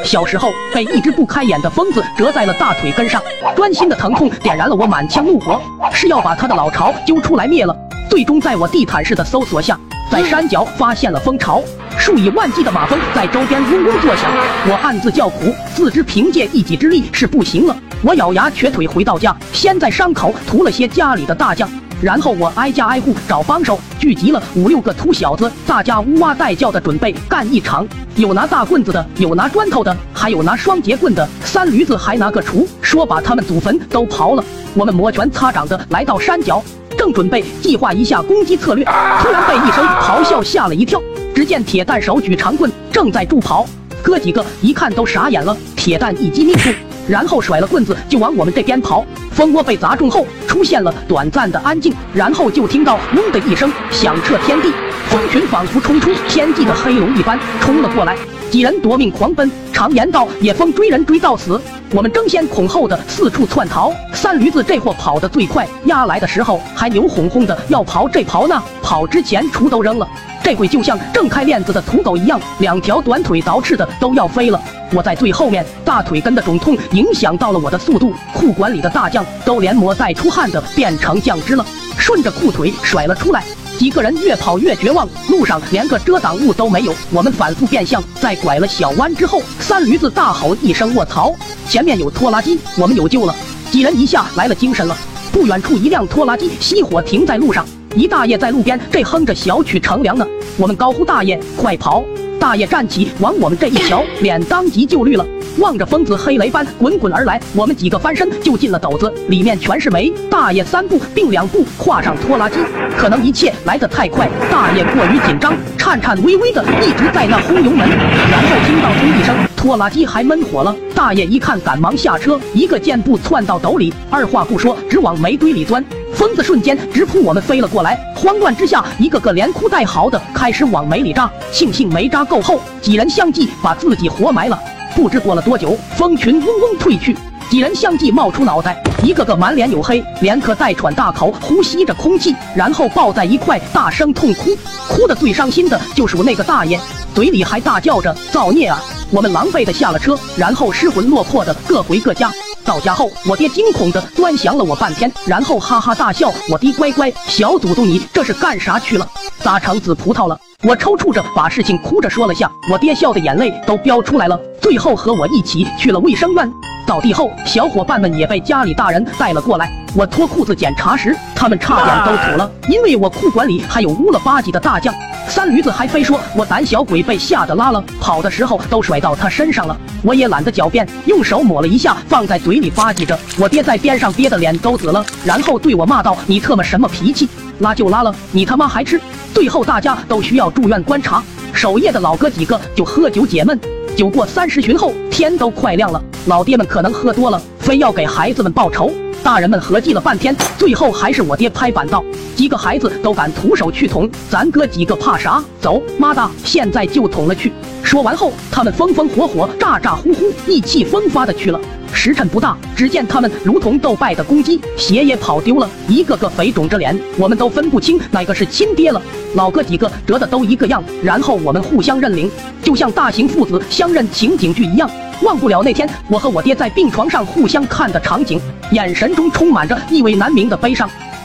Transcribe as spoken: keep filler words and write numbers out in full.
小时候被一只不开眼的疯子折在了大腿根上，钻心的疼痛点燃了我满腔怒火，是要把他的老巢揪出来灭了。最终在我地毯式的搜索下，在山脚发现了蜂巢，数以万计的马蜂在周边嗡嗡作响。我暗自叫苦，自知凭借一己之力是不行了。我咬牙瘸腿回到家，先在伤口涂了些家里的大酱，然后我挨家挨户找帮手，聚集了五六个秃小子，大家呜哇带叫的准备干一场。有拿大棍子的，有拿砖头的，还有拿双节棍的，三驴子还拿个锄，说把他们祖坟都刨了。我们摩拳擦掌的来到山脚，正准备计划一下攻击策略，突然被一声咆哮吓了一跳。只见铁蛋手举长棍，正在助跑，哥几个一看都傻眼了。铁蛋一击命中，然后甩了棍子就往我们这边跑。蜂窝被砸中后出现了短暂的安静，然后就听到嗡的一声响彻天地，蜂群仿佛冲出天际的黑龙一般冲了过来，几人夺命狂奔。常言道，野蜂追人追到死，我们争先恐后的四处窜逃。三驴子这货跑得最快，压来的时候还牛哄哄的要刨这刨那，跑之前锄都扔了。这回就像挣开链子的土狗一样，两条短腿倒翅的都要飞了。我在最后面，大腿根的肿痛影响到了我的速度，裤管里的大酱都连磨带出汗的变成酱汁了，顺着裤腿甩了出来。几个人越跑越绝望，路上连个遮挡物都没有。我们反复变向，在拐了小弯之后，三驴子大吼一声卧槽，前面有拖拉机，我们有救了。几人一下来了精神了。不远处一辆拖拉机熄火停在路上，一大爷在路边这哼着小曲乘凉呢。我们高呼大爷快跑，大爷站起往我们这一瞧，脸当即就绿了，望着疯子黑雷般滚滚而来，我们几个翻身就进了斗子，里面全是煤。大爷三步并两步跨上拖拉机，可能一切来得太快，大爷过于紧张，颤颤巍巍的一直在那轰油门，然后听到咚一声，拖拉机还闷火了。大爷一看赶忙下车，一个箭步窜到斗里，二话不说直往煤堆里钻。疯子瞬间直扑我们飞了过来，慌乱之下一个个连哭带嚎的开始往煤里扎，庆幸煤扎够厚，几人相继把自己活埋了。不知过了多久，蜂群嗡嗡退去，几人相继冒出脑袋，一个个满脸黝黑，连咳带喘大口呼吸着空气，然后抱在一块大声痛哭。哭得最伤心的就是我那个大爷，嘴里还大叫着造孽啊。我们狼狈的下了车，然后失魂落魄的各回各家。到家后，我爹惊恐的端详了我半天，然后哈哈大笑，我的乖乖，小祖宗你这是干啥去了？咋成紫葡萄了？我抽搐着把事情哭着说了下，我爹笑的眼泪都飙出来了，最后和我一起去了卫生院。扫地后，小伙伴们也被家里大人带了过来。我脱裤子检查时，他们差点都吐了，因为我裤管里还有乌了吧唧的大酱。三驴子还非说我胆小鬼被吓得拉了，跑的时候都甩到他身上了。我也懒得狡辩，用手抹了一下，放在嘴里吧唧着。我爹在边上憋得脸都紫了，然后对我骂道：“你特么什么脾气？拉就拉了，你他妈还吃！”最后大家都需要住院观察，守夜的老哥几个就喝酒解闷。酒过三十巡后，天都快亮了，老爹们可能喝多了，非要给孩子们报仇。大人们合计了半天，最后还是我爹拍板道：“几个孩子都敢徒手去捅，咱哥几个怕啥？走，妈的，现在就捅了去！”说完后，他们风风火火、咋咋呼呼、意气风发的去了。时辰不大，只见他们如同斗败的公鸡，鞋也跑丢了，一个个肥肿着脸，我们都分不清哪个是亲爹了。老哥几个折的都一个样，然后我们互相认领，就像大型父子相认情景剧一样。忘不了那天我和我爹在病床上互相看的场景，眼神中充满着意味难明的悲伤。